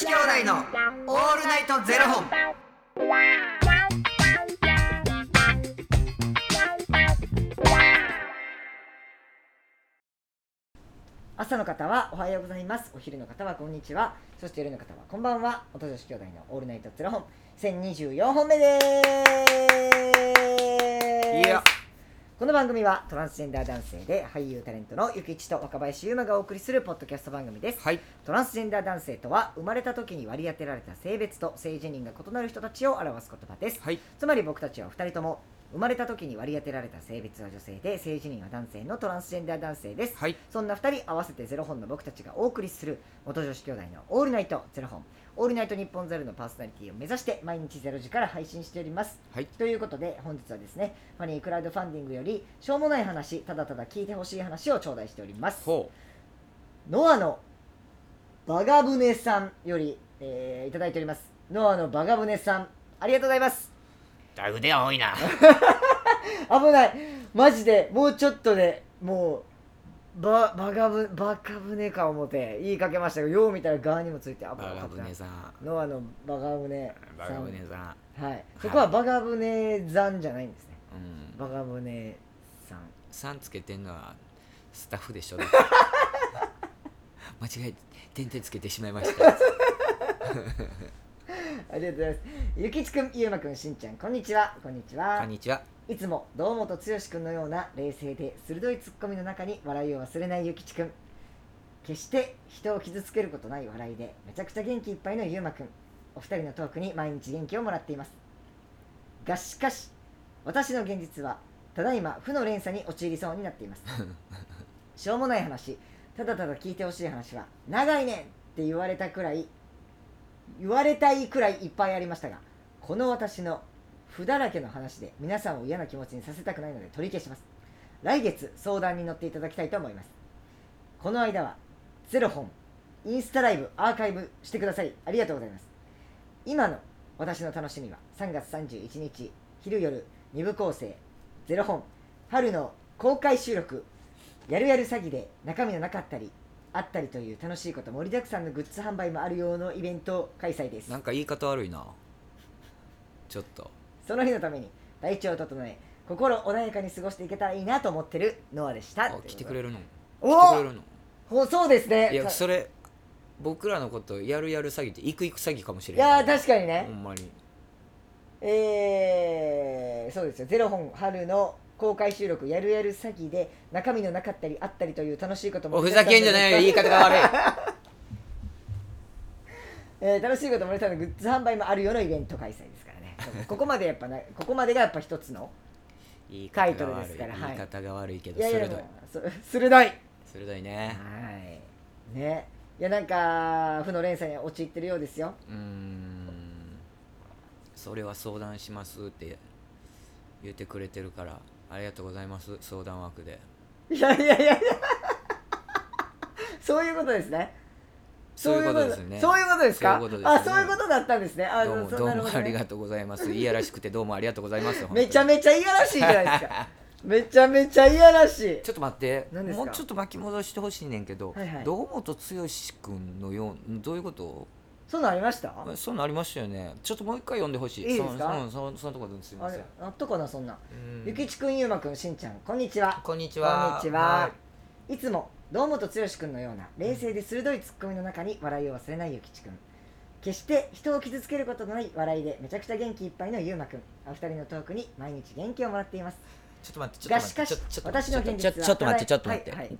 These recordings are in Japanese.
子兄弟のオールナイトゼロ本。 朝の方はおはようございます。お昼の方はこんにちは。そして夜の方はこんばんは。元女子兄弟のオールナイトゼロ本1024本目です。 いや、 この番組はトランスジェンダー男性で俳優タレントのゆきちと若林優馬がお送りするポッドキャスト番組です。 はい、 トランスジェンダー男性とは生まれた時に割り当てられた性別と性自認が異なる人たちを表す言葉です。 はい、 つまり僕たちは2人とも生まれた時に割り当てられた性別は女性で性自認は男性のトランスジェンダー男性です。 はい、 そんな2人合わせてゼロ本の僕たちがお送りする元女子兄弟のオールナイトゼロ本、オールナイト日本ゼロのパーソナリティを目指して毎日0時から配信しております。 はい、 ということで本日はですね、ファニークラウドファンディングよりしょうもない話、ただただ聞いてほしい話を頂戴しております。 ほノアのバガブネさんより、いただいております。ノアのバガブネさん、ありがとうございます。 だいぶ腕は多いな。 危ない、マジでもうちょっとでもうバカ船か思って言いかけましたけど、よう見たらガーにもついてバガブネさん、 ノアのバガ船バさん、 ガブネさん、 はい、そこはバガ船山じゃないんですね、 うん、 バガ船さん。 さんつけてんのはスタッフでしょ。間違えて点々つけてしまいました。 ありがとうございます。ゆきちくん、ゆうまくん、しんちゃん、こんにちは。こんにちは。 こんにちは。 いつも堂本剛くんのような冷静で鋭いツッコミの中に笑いを忘れないゆきちくん、決して人を傷つけることない笑いでめちゃくちゃ元気いっぱいのゆうまくん、お二人のトークに毎日元気をもらっています。がしかし私の現実はただいま負の連鎖に陥りそうになっています。しょうもない話、ただただ聞いてほしい話は長いねんって言われたいくらいいっぱいありましたが、この私の負だらけの話で皆さんを嫌な気持ちにさせたくないので取り消します。来月相談に乗っていただきたいと思います。この間はゼロ本インスタライブアーカイブしてくださりありがとうございます。今の私の楽しみは3月31日昼夜2部構成ゼロ本春の公開収録、やるやる詐欺で中身のなかったりあったりという楽しいこと盛りだくさんのグッズ販売もあるようなイベント開催です。 なんか言い方悪いな。ちょっとその日のために体調を整え心穏やかに過ごしていけたらいいなと思ってるノアでした。 来てくれるの？ お来てくれるの？ そうですね。 いや、それ僕らのことやるやる詐欺って行く詐欺かもしれいない。 や確かにね、 ほんまに。 そうですよ。ゼロ本春の公開収録、やるやる詐欺で中身のなかったりあったりという楽しいこともおふざけんじゃないよ、言い方が悪い。 楽しいこと盛りだくさんのグッズ販売もあるようなイベント開催ですからね。ここまでやっぱここまでがやっぱ一つのタイトルですから。 言い方が悪いけどいやいや鋭い。 鋭いね。 はいね。いやなんか負の連鎖に陥ってるようですよ。 それは相談しますって言ってくれてるからありがとうございます。相談枠で。 いやそういうことですね。 そういうことですね。 そういうことですか？ そういうことですね。 あ、そういうことだったんですね。 どうもありがとうございます。いやらしくてどうもありがとうございます。 めちゃめちゃいやらしいじゃないですか。めちゃめちゃいやらしい。 ちょっと待って、 何ですか？ もうちょっと巻き戻してほしいねんけど、 はいはい、 堂本剛君のよう、どういうこと？ そんなんありました？ そんなんありましたよね。ちょっともう一回読んでほしい。 いいですか？ そのところですみません。 あったかな、そんな。ゆきちくん、ゆうまくん、しんちゃん、こんにちは。 こんにちは。 こんにちは。はい、いつも堂本剛くんのような冷静で鋭いツッコミの中に笑いを忘れないゆきちくん、決して人を傷つけることのない笑いでめちゃくちゃ元気いっぱいのゆうまくん、お二人のトークに毎日元気をもらっています。 ちょっと待って、 がしかし私の現実はちょっと待って、 はい、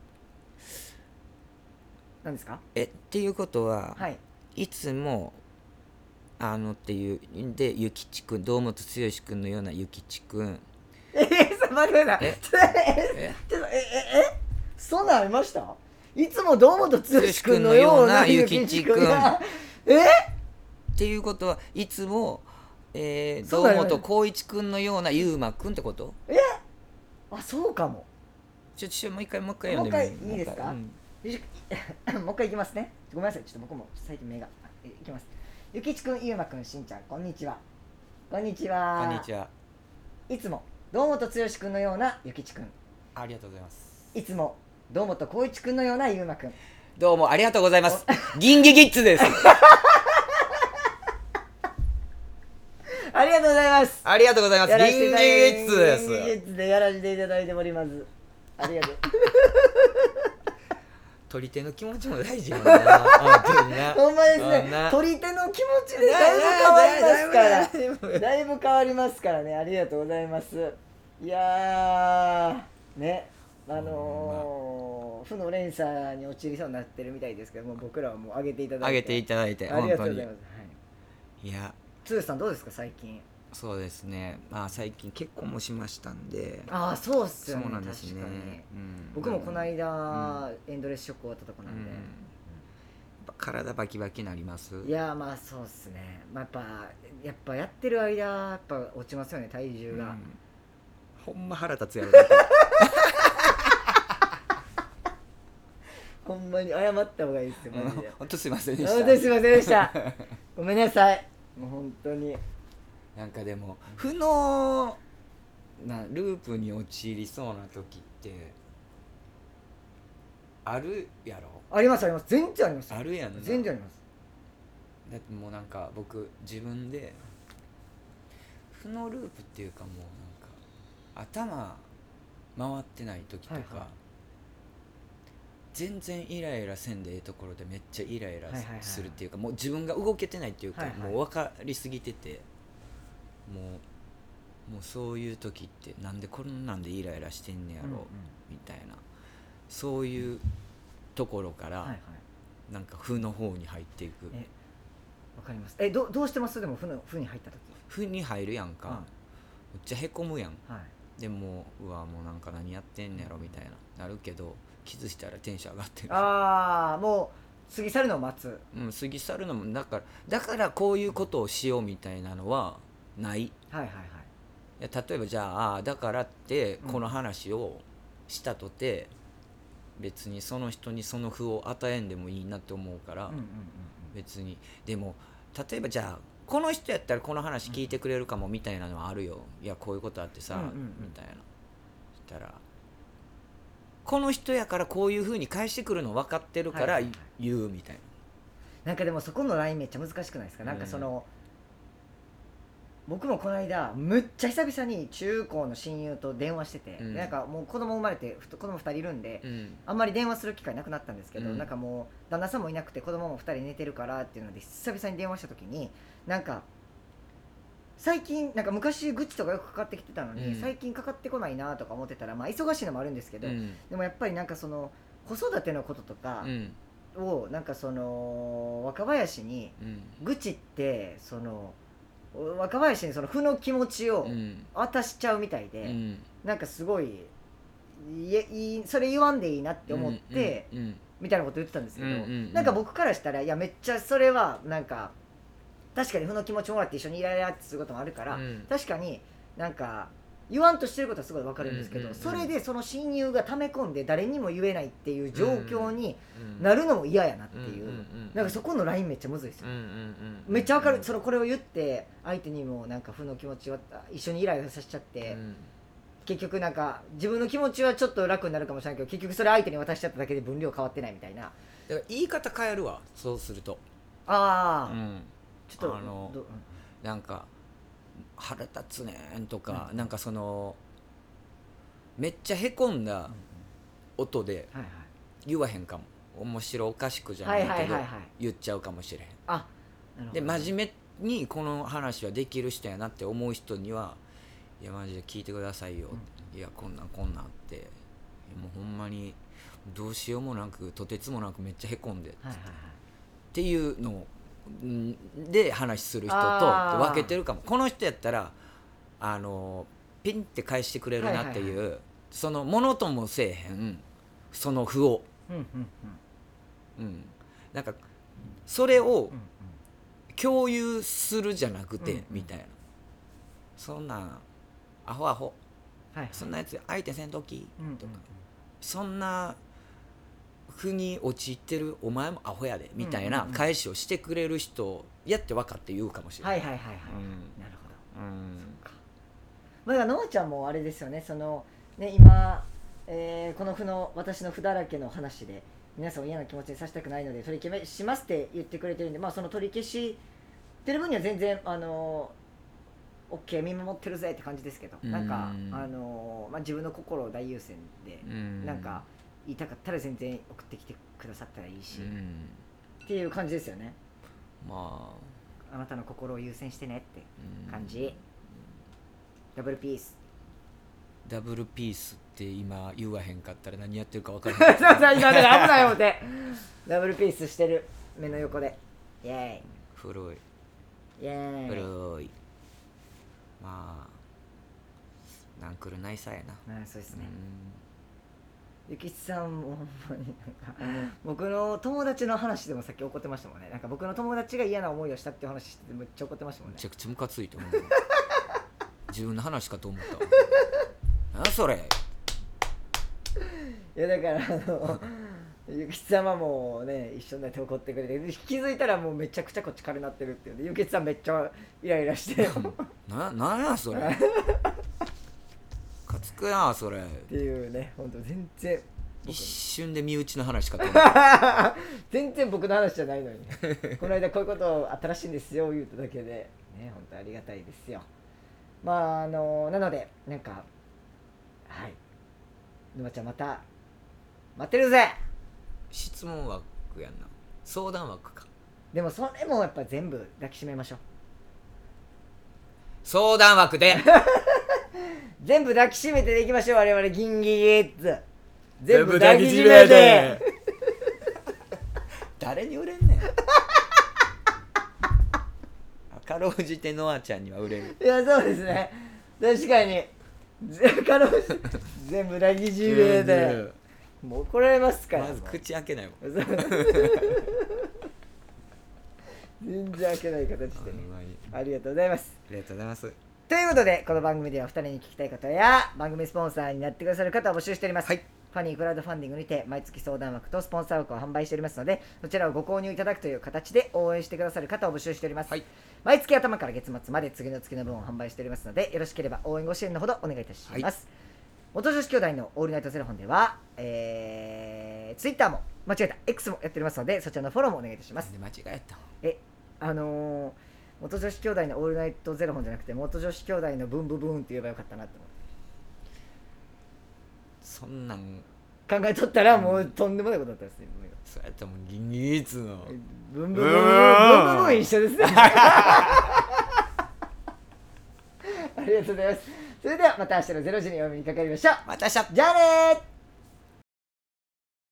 何ですか？ っていうことは、 はい、 いつもっていうでゆきちくん、堂本剛くんのようなゆきちくん。 待ってください。そんなんありました？いつも堂本剛くんのようなゆきちくん。 っていうことはいつも、堂本光一くんのようなゆうまくんってこと？ あ、そうかも。 もう一回読んでみる。 もう一回いいですか？もう一回いきますね。ごめんなさい、ちょっと僕も最近目がいきます。ゆきちくん、ゆうまくん、しんちゃん、こんにちは。こんにちは。 こんにちは。 いつも堂本剛くんのようなゆきちくん。 ありがとうございます。 いつも堂本光一くんのようなゆうまくん。 どうもありがとうございます。ギンギギッツです。 ます。 ありがとうございます。 やらせていただいてリンギッツです。 リンギッツでやらせていただいております。ありがとう。 取り手の気持ちも大事よな。本当にな。 ほんまですね。取り手の気持ちでだいぶ変わりますから。だいぶ変わりますからね。ありがとうございます。いやーね、負の連鎖に陥りそうになってるみたいですけども、僕らはもう上げていただいて。 上げていただいて、 ありがとうございます。 はい、いや、 つーさんどうですか最近。 そうですね。まあ最近結婚もしましたんで。 ああ、そうっすよね。 そうなんですね。 確かに。僕もこの間、エンドレスショック終わったとこなんで。 体バキバキになります。 いやまあそうっすね。まあやっぱやってる間やっぱ落ちますよね体重が。 ほんま腹立つやろ。 ほんまに謝った方がいいですよマジで。 本当すいませんでした。 本当すいませんでした。ごめんなさい。もう本当に。 なんかでも負のループに陥りそうな時ってあるやろ。 ありますあります。全然あります。 あるやんな。 全然あります。 だってもうなんか僕自分で負のループっていうかもうなんか頭回ってない時とか、はいはい、全然イライラせんでええところでめっちゃイライラするっていうか、もう自分が動けてないっていうか、はいはい、もう分かりすぎててもうそういう時ってなんでこんなんでイライラしてんねやろ、みたいなそういうところから、はいはい、なんか負の方に入っていく。 わかります。どうしてます？でも負に入った時。 負に入るやんか、めっちゃへこむやん、 はい、 でももうなんか何やってんねやろみたいなるけど、気づいたらテンション上がってる。 ああ、もう過ぎ去るのを待つ。 過ぎ去るのもだからこういうことをしようみたいなのはない。 はいはいはい。 いや例えばじゃあだからってこの話をしたとて、別にその人にその負を与えんでもいいなって思うから、別に。でも例えばじゃあこの人やったらこの話聞いてくれるかもみたいなのはあるよ。いやこういうことあってさ、みたいな。そしたらこの人やからこういう風に返してくるの分かってるから言うみたいな。 なんかでもそこのラインめっちゃ難しくないですか。なんかその僕もこの間むっちゃ久々に中高の親友と電話してて、なんかもう子供生まれて子供2人いるんで、あんまり電話する機会なくなったんですけど、なんかもう旦那さんもいなくて子供も2人寝てるからっていうので久々に電話した時に、なんか最近なんか昔愚痴とかよくかかってきてたのに、最近かかってこないなとか思ってたら、まあ忙しいのもあるんですけど、でもやっぱりなんかその子育てのこととかをなんかその若林に愚痴ってその若林にその負の気持ちを渡しちゃうみたいで、なんかすごいそれ言わんでいいなって思って、みたいなこと言ってたんですけど、なんか僕からしたらいやめっちゃそれはなんか確かに負の気持ちもらって一緒にイライラってすることもあるから、確かになんか言わんとしてることはすごい分かるんですけど、それでその親友が溜め込んで誰にも言えないっていう状況になるのも嫌やなっていう、なんかそこのラインめっちゃむずいですよ。めっちゃ分かる。これを言って相手にもなんか負の気持ちを一緒にイライラさせちゃって、結局なんか自分の気持ちはちょっと楽になるかもしれないけど、結局それ相手に渡しちゃっただけで分量変わってないみたいな。だから言い方変えるわ、そうすると。 ああ、ちょっとなんか腹立つねんとか、なんかそのめっちゃへこんだ音で言わへんかも。面白おかしくじゃないけど言っちゃうかもしれへん。なるほど。で真面目にこの話はできる人やなって思う人には、いやマジで聞いてくださいよ、いやこんなんって、もうほんまにどうしようもなくとてつもなくめっちゃへこんでっていうのをで話する人と分けてるかも。この人やったらピンって返してくれるなっていう、そのものともせえへんその負を、なんかそれを共有するじゃなくて、みたいな。そんなアホアホ、そんなやつ相手せんときとか、そんな負に陥ってるお前もアホやでみたいな返しをしてくれる人やって分かって言うかもしれない。なるほど。 まあだからのあちゃんもあれですよね。そのね今、この負の私の負だらけの話で皆さんを嫌な気持ちにさせたくないので取り消しますって言ってくれてるんで、まあその取り消してる分には全然 OK 見守ってるぜって感じですけど、なんか自分の心を大優先で、なんか言いたかったら全然送ってきてくださったらいいし、っていう感じですよね。 まあなたの心を優先してねって感じ。ダブルピースって今言わへんかったら何やってるか分からないそうそう、今だから危ない思ってダブルピースしてる、目の横でイエーイ古いイエーイ古い。まあなんくるないさやな。 そうですね。ゆきちさんもほんまになんか僕の友達の話でもさっき怒ってましたもんね。なんか僕の友達が嫌な思いをしたっていう話しててめっちゃ怒ってましたもんね。 めちゃくちゃムカついて自分の話かと思ったわ何それ。 いやだからゆきち様もね一緒になって怒ってくれて、気づいたらもうめちゃくちゃこっち軽なってるっていうで、ゆきちさんめっちゃイライラしてなんやそれかつくやそれっていうね、ほんと全然一瞬で身内の話かと思った全然僕の話じゃないのにこの間こういうこと新しいんですよ言うただけでね、ほんとありがたいですよ。まあなのでなんかはい沼ちゃんまた待ってるぜ。 質問枠やんな、相談枠か。 でもそれもやっぱ全部抱きしめましょう。 相談枠で全部抱きしめていきましょう。我々ギンギギッズ全部抱きしめて誰に売れんねんかろうじてノアちゃんには売れる。 いやそうですね、確かにかろうじ全部抱きしめてもう怒られますから。 まず口開けないもん全然開けない形でね。ありがとうございます。 ありがとうございます。 ということでこの番組では2人に聞きたいことや番組スポンサーになってくださる方を募集しております、はい、ファニークラウドファンディングにて毎月相談枠とスポンサー枠を販売しておりますので、そちらをご購入いただくという形で応援してくださる方を募集しております、はい、毎月頭から月末まで次の月の分を販売しておりますので、よろしければ応援ご支援のほどお願いいたします、はい、元女子兄弟のオールナイトゼロ本では、Twitter も間違えた X もやっておりますので、そちらのフォローもお願いいたします。 間違えた。 元女子兄弟のオールナイトゼロ本じゃなくて元女子兄弟のブンブブーンって言えばよかったなって思って、 そんなん考えとったらもうとんでもないことだったですね。 そうやったらもうギンギーツのブンブブーンブンブブーン一緒ですねありがとうございます。それではまた明日の0時にお目にかかりましょう。 また明日。 じゃあねー。